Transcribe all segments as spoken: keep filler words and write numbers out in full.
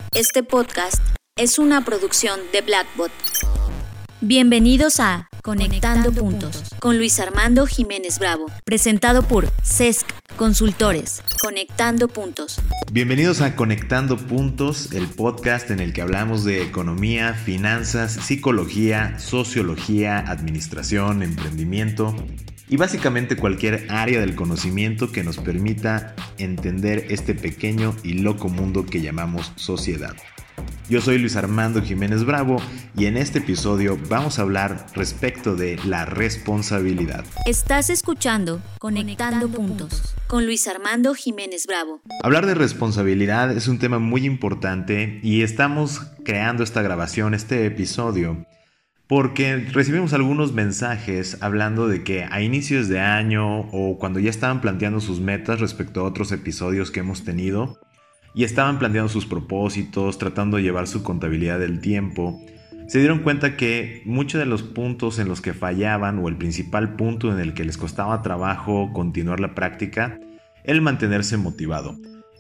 Este podcast es una producción de Blackbot. Bienvenidos a Conectando, Conectando Puntos, Puntos con Luis Armando Jiménez Bravo, presentado por C E S C Consultores. Conectando Puntos. Bienvenidos a Conectando Puntos, el podcast en el que hablamos de economía, finanzas, psicología, sociología, administración, emprendimiento y básicamente cualquier área del conocimiento que nos permita entender este pequeño y loco mundo que llamamos sociedad. Yo soy Luis Armando Jiménez Bravo y en este episodio vamos a hablar respecto de la responsabilidad. Estás escuchando Conectando, Conectando Puntos, Puntos con Luis Armando Jiménez Bravo. Hablar de responsabilidad es un tema muy importante y estamos creando esta grabación, este episodio, porque recibimos algunos mensajes hablando de que a inicios de año o cuando ya estaban planteando sus metas respecto a otros episodios que hemos tenido y estaban planteando sus propósitos, tratando de llevar su contabilidad del tiempo, se dieron cuenta que muchos de los puntos en los que fallaban o el principal punto en el que les costaba trabajo continuar la práctica, el mantenerse motivado.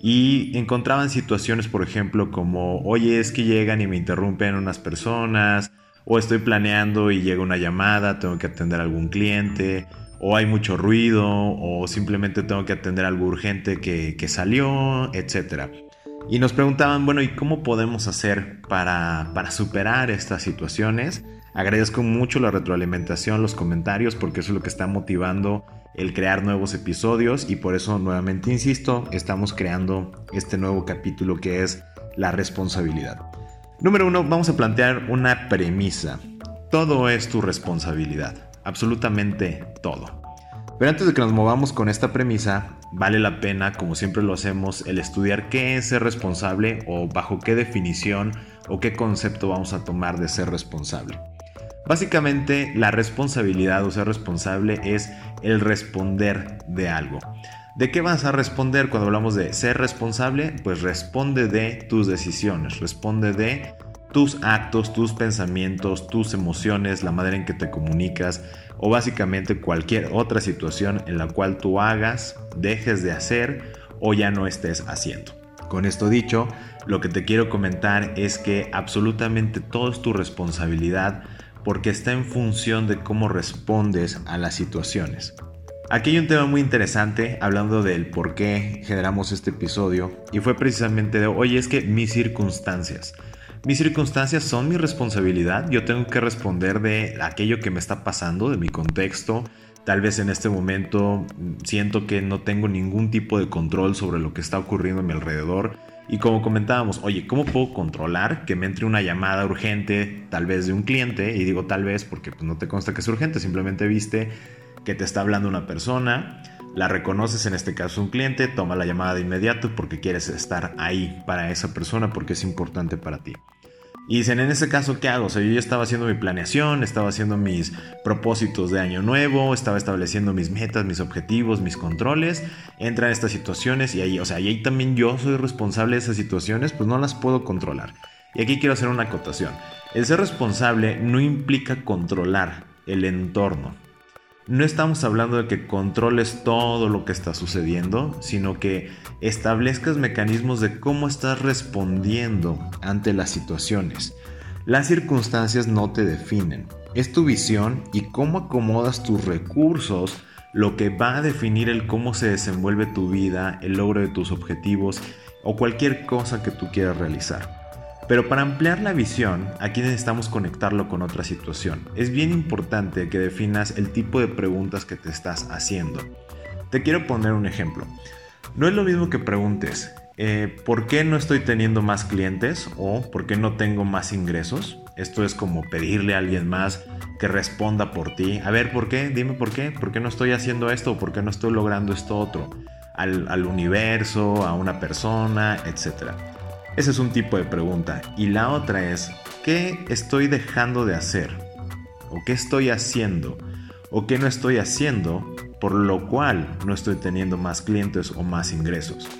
Y encontraban situaciones, por ejemplo, como, oye, es que llegan y me interrumpen unas personas, o estoy planeando y llega una llamada, tengo que atender a algún cliente, o hay mucho ruido, o simplemente tengo que atender algo urgente que, que salió, etcétera. Y nos preguntaban, bueno, ¿y cómo podemos hacer para, para superar estas situaciones? Agradezco mucho la retroalimentación, los comentarios, porque eso es lo que está motivando el crear nuevos episodios y por eso nuevamente insisto, estamos creando este nuevo capítulo que es la responsabilidad. Número uno, vamos a plantear una premisa. Todo es tu responsabilidad, absolutamente todo. Pero antes de que nos movamos con esta premisa, vale la pena, como siempre lo hacemos, el estudiar qué es ser responsable o bajo qué definición o qué concepto vamos a tomar de ser responsable. Básicamente, la responsabilidad o ser responsable es el responder de algo. ¿De qué vas a responder cuando hablamos de ser responsable? Pues responde de tus decisiones, responde de tus actos, tus pensamientos, tus emociones, la manera en que te comunicas o básicamente cualquier otra situación en la cual tú hagas, dejes de hacer o ya no estés haciendo. Con esto dicho, lo que te quiero comentar es que absolutamente todo es tu responsabilidad porque está en función de cómo respondes a las situaciones. Aquí hay un tema muy interesante hablando del por qué generamos este episodio y fue precisamente de, oye, es que mis circunstancias, mis circunstancias son mi responsabilidad, yo tengo que responder de aquello que me está pasando, de mi contexto, tal vez en este momento siento que no tengo ningún tipo de control sobre lo que está ocurriendo a mi alrededor y como comentábamos, oye, ¿cómo puedo controlar que me entre una llamada urgente tal vez de un cliente? Y digo tal vez porque pues, no te consta que es urgente, simplemente viste que te está hablando una persona, la reconoces, en este caso un cliente, toma la llamada de inmediato porque quieres estar ahí para esa persona porque es importante para ti. Y dicen, en ese caso, ¿qué hago? O sea, yo ya estaba haciendo mi planeación, estaba haciendo mis propósitos de año nuevo, estaba estableciendo mis metas, mis objetivos, mis controles, entran estas situaciones y ahí, o sea, y ahí también yo soy responsable de esas situaciones, pues no las puedo controlar. Y aquí quiero hacer una acotación. El ser responsable no implica controlar el entorno. No estamos hablando de que controles todo lo que está sucediendo, sino que establezcas mecanismos de cómo estás respondiendo ante las situaciones. Las circunstancias no te definen, es tu visión y cómo acomodas tus recursos lo que va a definir el cómo se desenvuelve tu vida, el logro de tus objetivos o cualquier cosa que tú quieras realizar. Pero para ampliar la visión, aquí necesitamos conectarlo con otra situación. Es bien importante que definas el tipo de preguntas que te estás haciendo. Te quiero poner un ejemplo. No es lo mismo que preguntes, eh, ¿por qué no estoy teniendo más clientes? O ¿por qué no tengo más ingresos? Esto es como pedirle a alguien más que responda por ti. A ver, ¿por qué? Dime por qué. ¿Por qué no estoy haciendo esto? ¿Por qué no estoy logrando esto otro? Al, al universo, a una persona, etcétera. Ese es un tipo de pregunta. Y la otra es, ¿qué estoy dejando de hacer? ¿O qué estoy haciendo? ¿O qué no estoy haciendo? Por lo cual no estoy teniendo más clientes o más ingresos.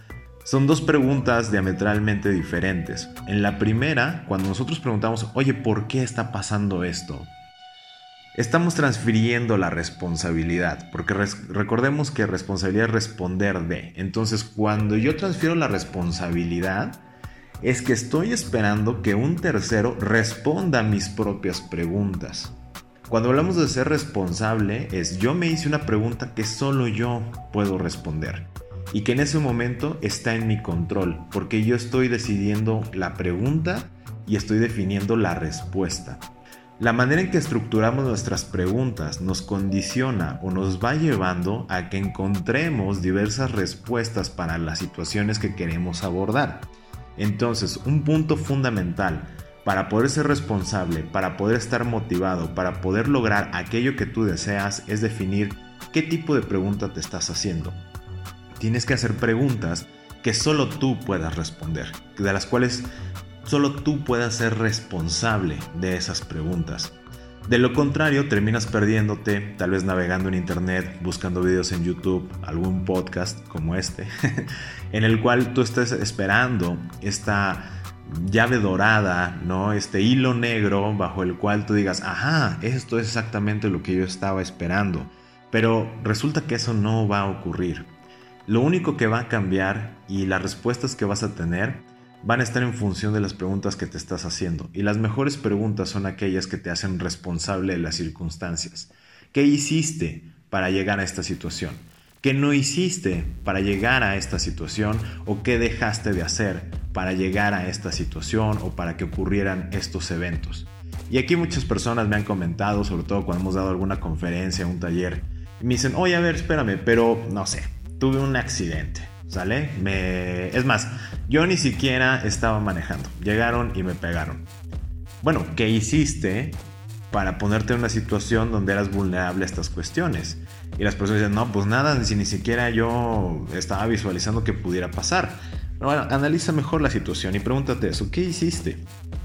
Son dos preguntas diametralmente diferentes. En la primera, cuando nosotros preguntamos, oye, ¿por qué está pasando esto? Estamos transfiriendo la responsabilidad, porque res- recordemos que responsabilidad es responder de. Entonces, cuando yo transfiero la responsabilidad, es que estoy esperando que un tercero responda a mis propias preguntas. Cuando hablamos de ser responsable, es yo me hice una pregunta que solo yo puedo responder y que en ese momento está en mi control, porque yo estoy decidiendo la pregunta y estoy definiendo la respuesta. La manera en que estructuramos nuestras preguntas nos condiciona o nos va llevando a que encontremos diversas respuestas para las situaciones que queremos abordar. Entonces, un punto fundamental para poder ser responsable, para poder estar motivado, para poder lograr aquello que tú deseas es definir qué tipo de pregunta te estás haciendo. Tienes que hacer preguntas que solo tú puedas responder, de las cuales solo tú puedas ser responsable de esas preguntas. De lo contrario, terminas perdiéndote, tal vez navegando en internet, buscando videos en YouTube, algún podcast como este, en el cual tú estés esperando esta llave dorada, ¿no? Este hilo negro bajo el cual tú digas, ajá, esto es exactamente lo que yo estaba esperando. Pero resulta que eso no va a ocurrir. Lo único que va a cambiar y las respuestas que vas a tener van a estar en función de las preguntas que te estás haciendo. Y las mejores preguntas son aquellas que te hacen responsable de las circunstancias. ¿Qué hiciste para llegar a esta situación? ¿Qué no hiciste para llegar a esta situación? ¿O qué dejaste de hacer para llegar a esta situación o para que ocurrieran estos eventos? Y aquí muchas personas me han comentado, sobre todo cuando hemos dado alguna conferencia, un taller, y me dicen, oye, a ver, espérame, pero no sé, tuve un accidente. ¿Sale? Me... Es más, yo ni siquiera estaba manejando. Llegaron y me pegaron. Bueno, ¿qué hiciste para ponerte en una situación donde eras vulnerable a estas cuestiones? Y las personas dicen, no, pues nada, si ni siquiera yo estaba visualizando que pudiera pasar. Pero bueno, analiza mejor la situación y pregúntate eso, ¿qué hiciste?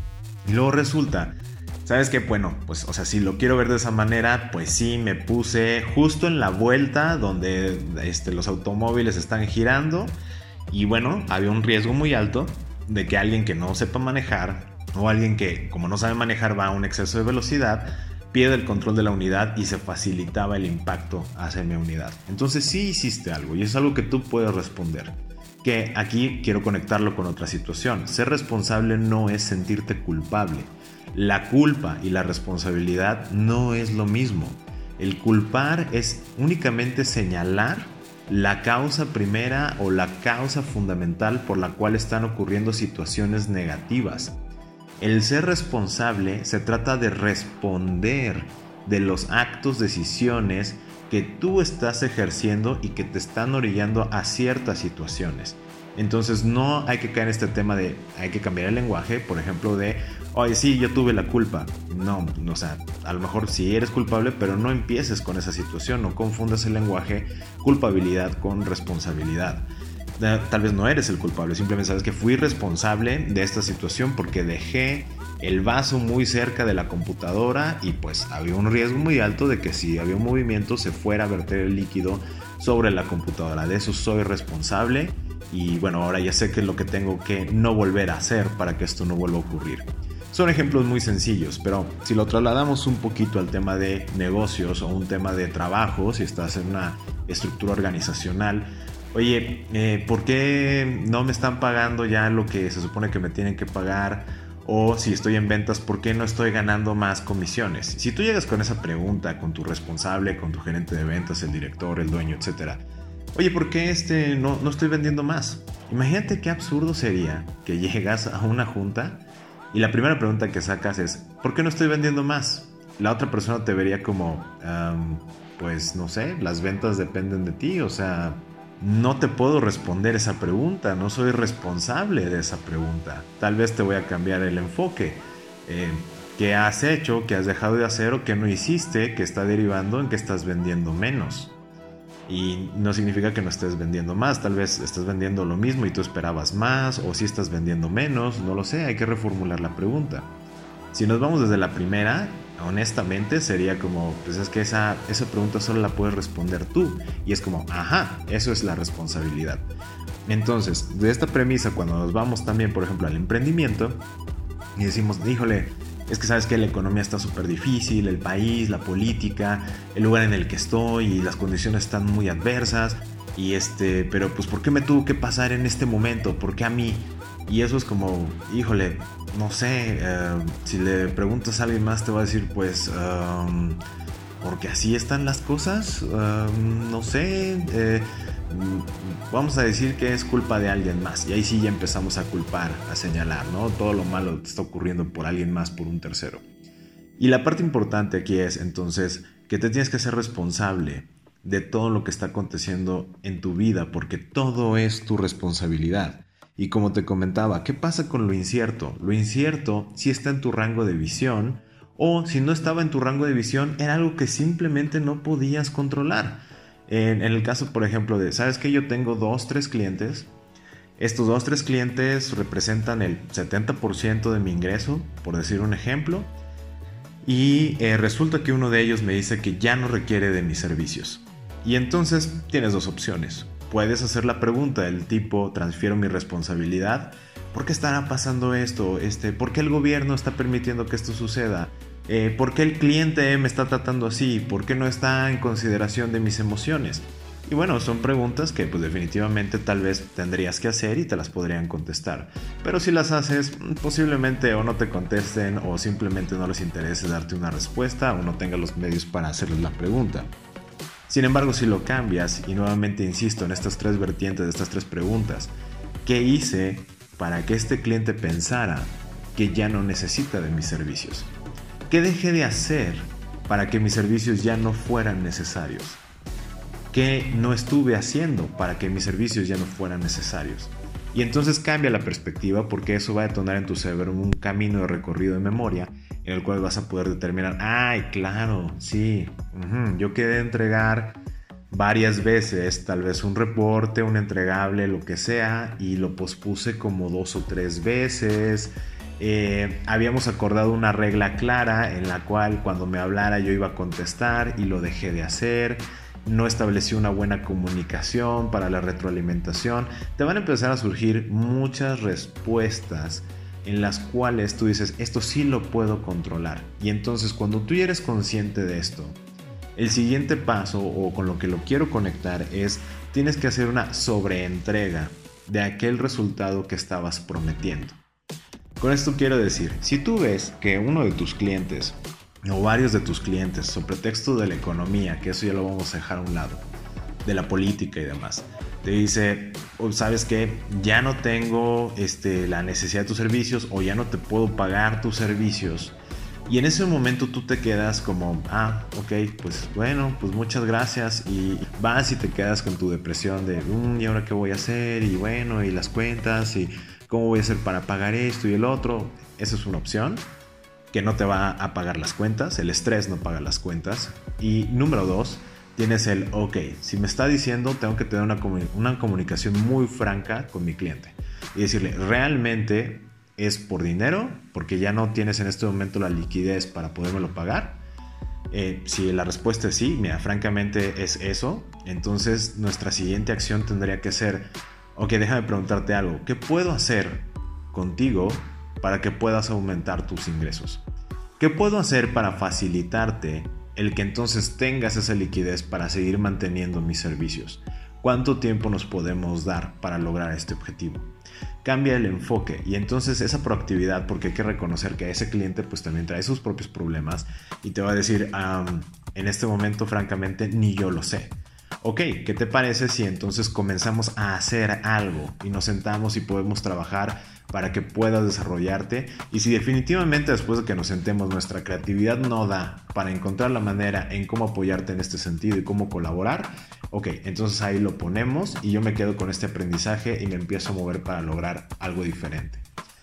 Y luego resulta, ¿sabes qué? Bueno, pues, o sea, si lo quiero ver de esa manera, pues sí, me puse justo en la vuelta donde este, los automóviles están girando y bueno, había un riesgo muy alto de que alguien que no sepa manejar o alguien que, como no sabe manejar, va a un exceso de velocidad, pierde el control de la unidad y se facilitaba el impacto hacia mi unidad. Entonces sí hiciste algo y es algo que tú puedes responder. Que aquí quiero conectarlo con otra situación. Ser responsable no es sentirte culpable. La culpa y la responsabilidad no es lo mismo. El culpar es únicamente señalar la causa primera o la causa fundamental por la cual están ocurriendo situaciones negativas. El ser responsable se trata de responder de los actos, decisiones que tú estás ejerciendo y que te están orillando a ciertas situaciones. Entonces no hay que caer en este tema de hay que cambiar el lenguaje, por ejemplo de oye sí, yo tuve la culpa. No, no, o sea, a lo mejor sí eres culpable, pero no empieces con esa situación, no confundas el lenguaje culpabilidad con responsabilidad. Tal vez no eres el culpable, simplemente sabes que fui responsable de esta situación porque dejé el vaso muy cerca de la computadora y pues había un riesgo muy alto de que si había un movimiento se fuera a verter el líquido sobre la computadora. De eso soy responsable y bueno, ahora ya sé qué es lo que tengo que no volver a hacer para que esto no vuelva a ocurrir. Son ejemplos muy sencillos, pero si lo trasladamos un poquito al tema de negocios o un tema de trabajo, si estás en una estructura organizacional, oye, eh, ¿por qué no me están pagando ya lo que se supone que me tienen que pagar? O si estoy en ventas, ¿por qué no estoy ganando más comisiones? Si tú llegas con esa pregunta, con tu responsable, con tu gerente de ventas, el director, el dueño, etcétera. Oye, ¿por qué este no, no estoy vendiendo más? Imagínate qué absurdo sería que llegas a una junta y la primera pregunta que sacas es ¿por qué no estoy vendiendo más? La otra persona te vería como, um, pues no sé, las ventas dependen de ti, o sea, no te puedo responder esa pregunta, no soy responsable de esa pregunta. Tal vez te voy a cambiar el enfoque. Eh, ¿Qué has hecho? ¿Qué has dejado de hacer? ¿O qué no hiciste? Que está derivando en que estás vendiendo menos. Y no significa que no estés vendiendo más. Tal vez estás vendiendo lo mismo y tú esperabas más. O si estás vendiendo menos, no lo sé. Hay que reformular la pregunta. Si nos vamos desde la primera, honestamente sería como, pues es que esa, esa pregunta solo la puedes responder tú. Y es como, ajá, eso es la responsabilidad. Entonces, de esta premisa, cuando nos vamos también, por ejemplo, al emprendimiento, y decimos, híjole, es que sabes que la economía está súper difícil, el país, la política, el lugar en el que estoy y las condiciones están muy adversas. Y este, pero pues ¿por qué me tuvo que pasar en este momento? ¿Por qué a mí? Y eso es como, híjole, no sé, uh, si le preguntas a alguien más te va a decir, pues, um, porque así están las cosas, uh, no sé, eh, vamos a decir que es culpa de alguien más. Y ahí sí ya empezamos a culpar, a señalar, ¿no? Todo lo malo te está ocurriendo por alguien más, por un tercero. Y la parte importante aquí es, entonces, que te tienes que ser responsable de todo lo que está aconteciendo en tu vida, porque todo es tu responsabilidad. Y como te comentaba, ¿qué pasa con lo incierto? Lo incierto sí está en tu rango de visión, o si no estaba en tu rango de visión, era algo que simplemente no podías controlar. En, en el caso, por ejemplo, de, ¿sabes qué? Yo tengo dos, tres clientes. Estos dos, tres clientes representan el setenta por ciento de mi ingreso, por decir un ejemplo. Y eh, resulta que uno de ellos me dice que ya no requiere de mis servicios. Y entonces tienes dos opciones. Puedes hacer la pregunta del tipo, transfiero mi responsabilidad. ¿Por qué estará pasando esto? Este, ¿por qué el gobierno está permitiendo que esto suceda? Eh, ¿Por qué el cliente me está tratando así? ¿Por qué no está en consideración de mis emociones? Y bueno, son preguntas que pues definitivamente tal vez tendrías que hacer y te las podrían contestar. Pero si las haces, posiblemente o no te contesten o simplemente no les interese darte una respuesta o no tengas los medios para hacerles la pregunta. Sin embargo, si lo cambias, y nuevamente insisto en estas tres vertientes de estas tres preguntas, ¿qué hice para que este cliente pensara que ya no necesita de mis servicios? ¿Qué dejé de hacer para que mis servicios ya no fueran necesarios? ¿Qué no estuve haciendo para que mis servicios ya no fueran necesarios? Y entonces cambia la perspectiva, porque eso va a detonar en tu cerebro un camino de recorrido de memoria en el cual vas a poder determinar, ay, claro, sí, uh-huh, yo quedé de entregar varias veces, tal vez un reporte, un entregable, lo que sea, y lo pospuse como dos o tres veces. Eh, habíamos acordado una regla clara en la cual cuando me hablara yo iba a contestar y lo dejé de hacer. No establecí una buena comunicación para la retroalimentación. Te van a empezar a surgir muchas respuestas en las cuales tú dices, esto sí lo puedo controlar. Y entonces cuando tú ya eres consciente de esto, el siguiente paso, o con lo que lo quiero conectar, es tienes que hacer una sobreentrega de aquel resultado que estabas prometiendo. Con esto quiero decir, si tú ves que uno de tus clientes o varios de tus clientes, sobre pretexto de la economía, que eso ya lo vamos a dejar a un lado, de la política y demás, te dice, oh, ¿sabes qué? Ya no tengo este, la necesidad de tus servicios, o ya no te puedo pagar tus servicios. Y en ese momento tú te quedas como, ah, ok, pues bueno, pues muchas gracias. Y vas y te quedas con tu depresión de, mmm, ¿y ahora qué voy a hacer? Y bueno, y las cuentas, y cómo voy a hacer para pagar esto y el otro. Esa es una opción que no te va a pagar las cuentas. El estrés no paga las cuentas. Y número dos, tienes el, ok, si me está diciendo, tengo que tener una, comun- una comunicación muy franca con mi cliente y decirle, realmente es por dinero, porque ya no tienes en este momento la liquidez para podérmelo pagar. Eh, si la respuesta es sí, mira, francamente es eso, entonces nuestra siguiente acción tendría que ser, ok, déjame preguntarte algo, ¿qué puedo hacer contigo para que puedas aumentar tus ingresos? ¿Qué puedo hacer para facilitarte el que entonces tengas esa liquidez para seguir manteniendo mis servicios? ¿Cuánto tiempo nos podemos dar para lograr este objetivo? Cambia el enfoque y entonces esa proactividad, porque hay que reconocer que ese cliente pues también trae sus propios problemas y te va a decir, um, en este momento francamente ni yo lo sé. Ok, ¿qué te parece si entonces comenzamos a hacer algo y nos sentamos y podemos trabajar para que puedas desarrollarte? Y si definitivamente después de que nos sentemos nuestra creatividad no da para encontrar la manera en cómo apoyarte en este sentido y cómo colaborar, ok, entonces ahí lo ponemos y yo me quedo con este aprendizaje y me empiezo a mover para lograr algo diferente.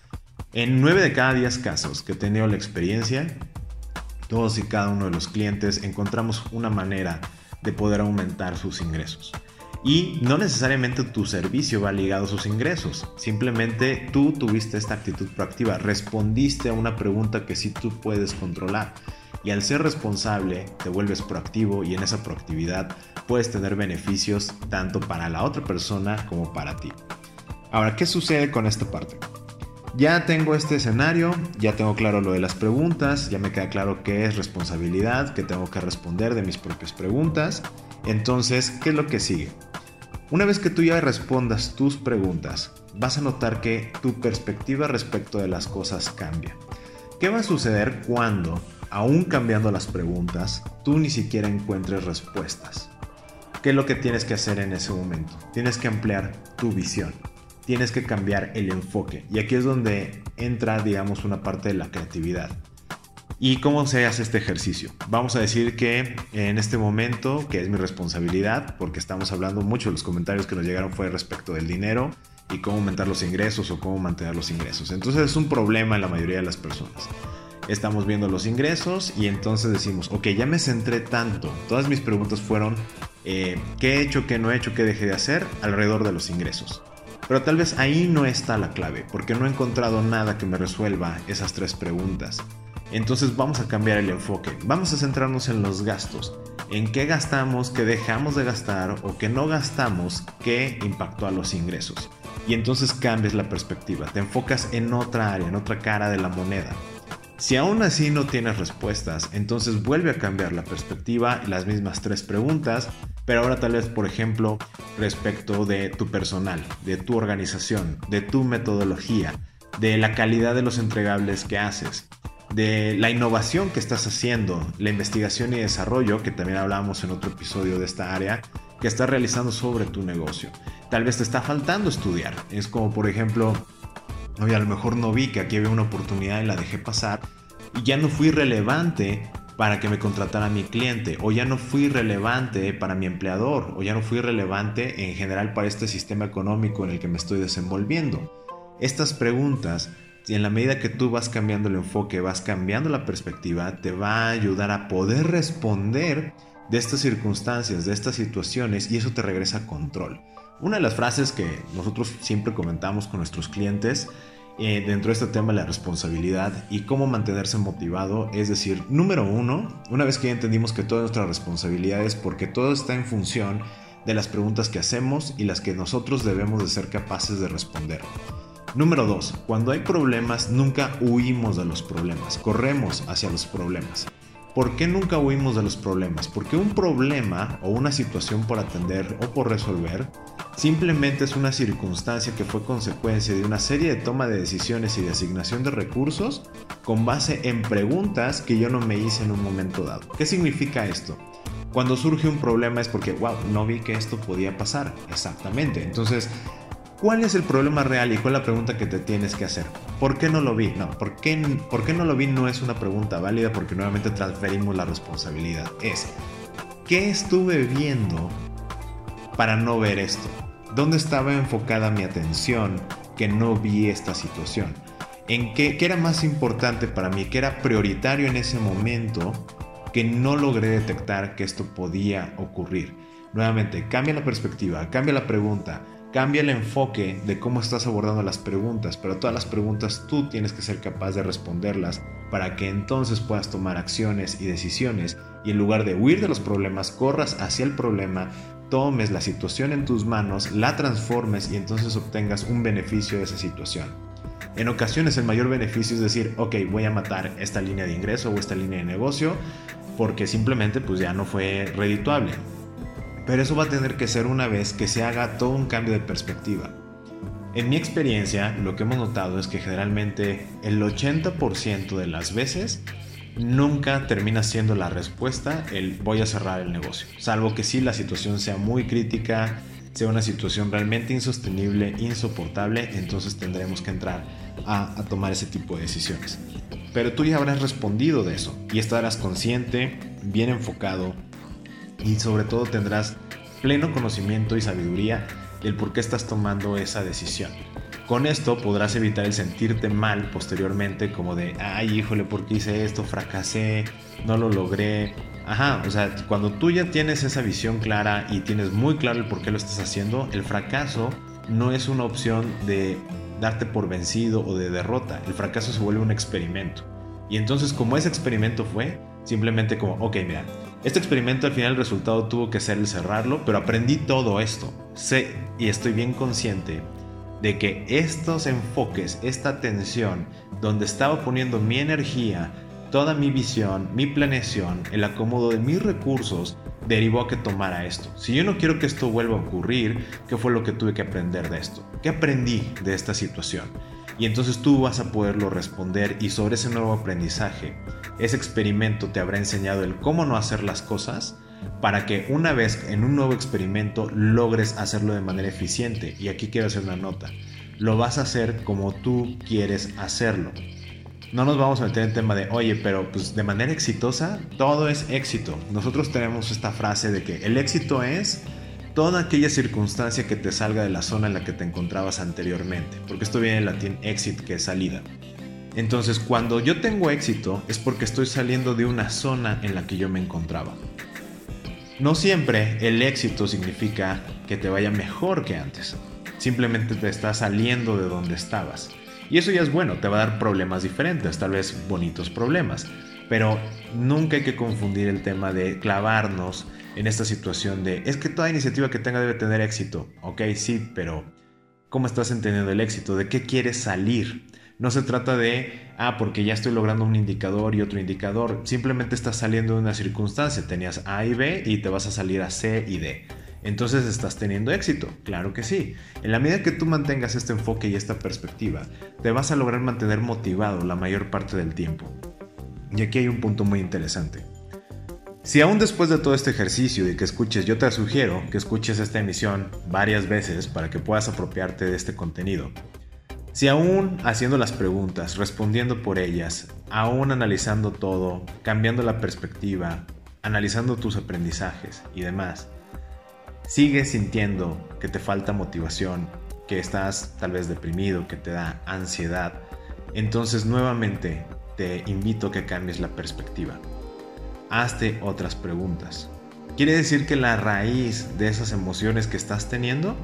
En nueve de cada diez casos que he tenido la experiencia, todos y cada uno de los clientes encontramos una manera de poder aumentar sus ingresos. Y no necesariamente tu servicio va ligado a sus ingresos, simplemente tú tuviste esta actitud proactiva, respondiste a una pregunta que sí tú puedes controlar. Y al ser responsable te vuelves proactivo y en esa proactividad puedes tener beneficios tanto para la otra persona como para ti. Ahora, ¿qué sucede con esta parte? Ya tengo este escenario, ya tengo claro lo de las preguntas, ya me queda claro qué es responsabilidad, que tengo que responder de mis propias preguntas. Entonces, ¿qué es lo que sigue? Una vez que tú ya respondas tus preguntas, vas a notar que tu perspectiva respecto de las cosas cambia. ¿Qué va a suceder cuando, aún cambiando las preguntas, tú ni siquiera encuentres respuestas? ¿Qué es lo que tienes que hacer en ese momento? Tienes que ampliar tu visión. Tienes que cambiar el enfoque. Y aquí es donde entra, digamos, una parte de la creatividad. ¿Y cómo se hace este ejercicio? Vamos a decir que en este momento, que es mi responsabilidad, porque estamos hablando mucho, los comentarios que nos llegaron fue respecto del dinero y cómo aumentar los ingresos o cómo mantener los ingresos. Entonces es un problema en la mayoría de las personas. Estamos viendo los ingresos y entonces decimos, ok, ya me centré tanto. Todas mis preguntas fueron, eh, ¿qué he hecho, qué no he hecho, qué dejé de hacer alrededor de los ingresos? Pero tal vez ahí no está la clave, porque no he encontrado nada que me resuelva esas tres preguntas. Entonces vamos a cambiar el enfoque, vamos a centrarnos en los gastos, en qué gastamos, qué dejamos de gastar o qué no gastamos, qué impactó a los ingresos. Y entonces cambias la perspectiva, te enfocas en otra área, en otra cara de la moneda. Si aún así no tienes respuestas, entonces vuelve a cambiar la perspectiva y las mismas tres preguntas, pero ahora tal vez, por ejemplo, respecto de tu personal, de tu organización, de tu metodología, de la calidad de los entregables que haces, de la innovación que estás haciendo, la investigación y desarrollo, que también hablábamos en otro episodio de esta área, que estás realizando sobre tu negocio. Tal vez te está faltando estudiar. Es como, por ejemplo, oye, a lo mejor no vi que aquí había una oportunidad y la dejé pasar y ya no fui relevante para que me contratara mi cliente, o ya no fui relevante para mi empleador, o ya no fui relevante en general para este sistema económico en el que me estoy desenvolviendo. Estas preguntas, y en la medida que tú vas cambiando el enfoque, vas cambiando la perspectiva, te va a ayudar a poder responder de estas circunstancias, de estas situaciones, y eso te regresa a control. Una de las frases que nosotros siempre comentamos con nuestros clientes eh, dentro de este tema de la responsabilidad y cómo mantenerse motivado, es decir, número uno, una vez que ya entendimos que toda nuestra responsabilidad es porque todo está en función de las preguntas que hacemos y las que nosotros debemos de ser capaces de responder. Número dos, cuando hay problemas, nunca huimos de los problemas, corremos hacia los problemas. ¿Por qué nunca huimos de los problemas? Porque un problema o una situación por atender o por resolver simplemente es una circunstancia que fue consecuencia de una serie de toma de decisiones y de asignación de recursos con base en preguntas que yo no me hice en un momento dado. ¿Qué significa esto? Cuando surge un problema es porque, wow, no vi que esto podía pasar. Exactamente. Entonces, ¿cuál es el problema real y cuál es la pregunta que te tienes que hacer? ¿Por qué no lo vi? No, ¿por qué, ¿por qué no lo vi? No es una pregunta válida porque nuevamente transferimos la responsabilidad. Es, ¿qué estuve viendo para no ver esto? ¿Dónde estaba enfocada mi atención que no vi esta situación? ¿En qué, qué era más importante para mí? ¿Qué era prioritario en ese momento que no logré detectar que esto podía ocurrir? Nuevamente, cambia la perspectiva, cambia la pregunta. Cambia el enfoque de cómo estás abordando las preguntas, pero todas las preguntas tú tienes que ser capaz de responderlas para que entonces puedas tomar acciones y decisiones y en lugar de huir de los problemas, corras hacia el problema, tomes la situación en tus manos, la transformes y entonces obtengas un beneficio de esa situación. En ocasiones el mayor beneficio es decir, ok, voy a matar esta línea de ingreso o esta línea de negocio porque simplemente pues ya no fue redituable. Pero eso va a tener que ser una vez que se haga todo un cambio de perspectiva. En mi experiencia, lo que hemos notado es que generalmente el ochenta por ciento de las veces nunca termina siendo la respuesta el voy a cerrar el negocio. Salvo que sí la situación sea muy crítica, sea una situación realmente insostenible, insoportable, entonces tendremos que entrar a, a tomar ese tipo de decisiones. Pero tú ya habrás respondido de eso y estarás consciente, bien enfocado, y sobre todo tendrás pleno conocimiento y sabiduría del por qué estás tomando esa decisión. Con esto podrás evitar el sentirte mal posteriormente como de, ay, híjole, ¿por qué hice esto? Fracasé, no lo logré. Ajá, o sea, cuando tú ya tienes esa visión clara y tienes muy claro el por qué lo estás haciendo, el fracaso no es una opción de darte por vencido o de derrota. El fracaso se vuelve un experimento. Y entonces, como ese experimento fue, simplemente como, ok, mira, este experimento al final el resultado tuvo que ser el cerrarlo, pero aprendí todo esto. Sé y estoy bien consciente de que estos enfoques, esta atención, donde estaba poniendo mi energía, toda mi visión, mi planeación, el acomodo de mis recursos, derivó a que tomara esto? Si yo no quiero que esto vuelva a ocurrir, ¿qué fue lo que tuve que aprender de esto? ¿Qué aprendí de esta situación? Y entonces tú vas a poderlo responder, y sobre ese nuevo aprendizaje, ese experimento te habrá enseñado el cómo no hacer las cosas para que una vez en un nuevo experimento logres hacerlo de manera eficiente. Y aquí quiero hacer una nota: lo vas a hacer como tú quieres hacerlo. No nos vamos a meter en tema de, oye, pero pues de manera exitosa, todo es éxito. Nosotros tenemos esta frase de que el éxito es toda aquella circunstancia que te salga de la zona en la que te encontrabas anteriormente, porque esto viene del latín exit, que es salida. Entonces, cuando yo tengo éxito es porque estoy saliendo de una zona en la que yo me encontraba. No siempre el éxito significa que te vaya mejor que antes. Simplemente te estás saliendo de donde estabas. Y eso ya es bueno, te va a dar problemas diferentes, tal vez bonitos problemas. Pero nunca hay que confundir el tema de clavarnos en esta situación de, es que toda iniciativa que tenga debe tener éxito. Ok, sí, pero ¿cómo estás entendiendo el éxito? ¿De qué quieres salir? No se trata de, ah, porque ya estoy logrando un indicador y otro indicador. Simplemente estás saliendo de una circunstancia. Tenías A y B y te vas a salir a C y D. Entonces, ¿estás teniendo éxito? Claro que sí. En la medida que tú mantengas este enfoque y esta perspectiva, te vas a lograr mantener motivado la mayor parte del tiempo. Y aquí hay un punto muy interesante. Si aún después de todo este ejercicio y que escuches, yo te sugiero que escuches esta emisión varias veces para que puedas apropiarte de este contenido. Si aún haciendo las preguntas, respondiendo por ellas, aún analizando todo, cambiando la perspectiva, analizando tus aprendizajes y demás, sigues sintiendo que te falta motivación, que estás tal vez deprimido, que te da ansiedad, entonces nuevamente te invito a que cambies la perspectiva. Hazte otras preguntas. ¿Quiere decir que la raíz de esas emociones que estás teniendo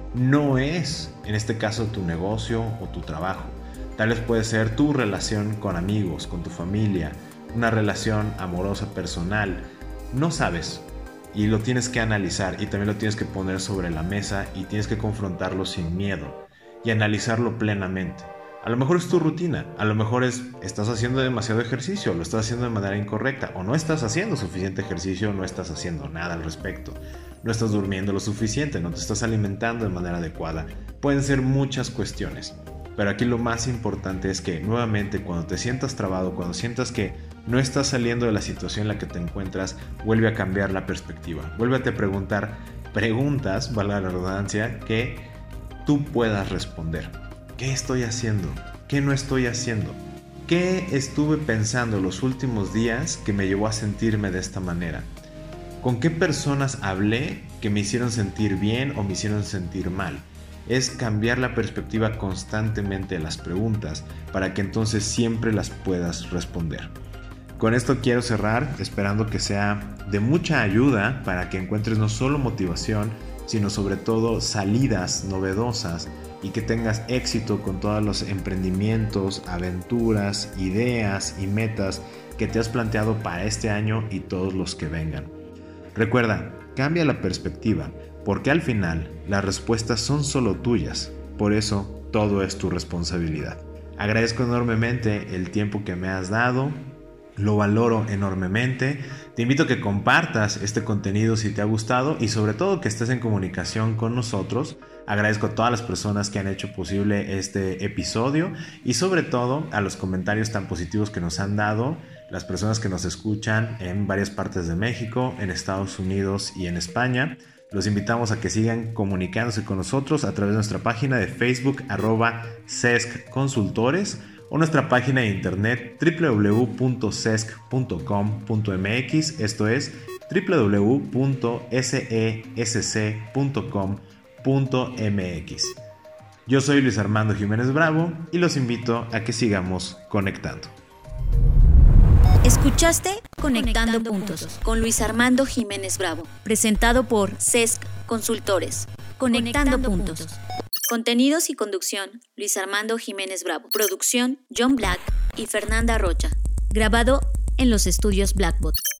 no es, en este caso, tu negocio o tu trabajo? Tal vez puede ser tu relación con amigos, con tu familia, una relación amorosa personal. No sabes. Y lo tienes que analizar y también lo tienes que poner sobre la mesa y tienes que confrontarlo sin miedo y analizarlo plenamente. A lo mejor es tu rutina, a lo mejor es estás haciendo demasiado ejercicio, lo estás haciendo de manera incorrecta, o no estás haciendo suficiente ejercicio, no estás haciendo nada al respecto, no estás durmiendo lo suficiente, no te estás alimentando de manera adecuada. Pueden ser muchas cuestiones, pero aquí lo más importante es que nuevamente cuando te sientas trabado, cuando sientas que no estás saliendo de la situación en la que te encuentras, vuelve a cambiar la perspectiva, vuélvete a preguntar preguntas, valga la redundancia, que tú puedas responder. ¿Qué estoy haciendo? ¿Qué no estoy haciendo? ¿Qué estuve pensando los últimos días que me llevó a sentirme de esta manera? ¿Con qué personas hablé que me hicieron sentir bien o me hicieron sentir mal? Es cambiar la perspectiva constantemente de las preguntas para que entonces siempre las puedas responder. Con esto quiero cerrar, esperando que sea de mucha ayuda para que encuentres no solo motivación, sino sobre todo salidas novedosas y que tengas éxito con todos los emprendimientos, aventuras, ideas y metas que te has planteado para este año y todos los que vengan. Recuerda, cambia la perspectiva, porque al final las respuestas son solo tuyas, por eso todo es tu responsabilidad. Agradezco enormemente el tiempo que me has dado, lo valoro enormemente. Te invito a que compartas este contenido si te ha gustado y sobre todo que estés en comunicación con nosotros. Agradezco a todas las personas que han hecho posible este episodio y sobre todo a los comentarios tan positivos que nos han dado las personas que nos escuchan en varias partes de México, en Estados Unidos y en España. Los invitamos a que sigan comunicándose con nosotros a través de nuestra página de Facebook arroba Cesc Consultores o nuestra página de internet doble u doble u doble u punto cesc punto com punto m x, esto es doble u doble u doble u punto cesc punto com punto m x. Yo soy Luis Armando Jiménez Bravo y los invito a que sigamos conectando. Escuchaste Conectando, Conectando puntos, puntos con Luis Armando Jiménez Bravo, presentado por Cesc Consultores. Conectando, Conectando puntos. puntos. Contenidos y conducción, Luis Armando Jiménez Bravo. Producción, John Black y Fernanda Rocha. Grabado en los estudios Blackbot.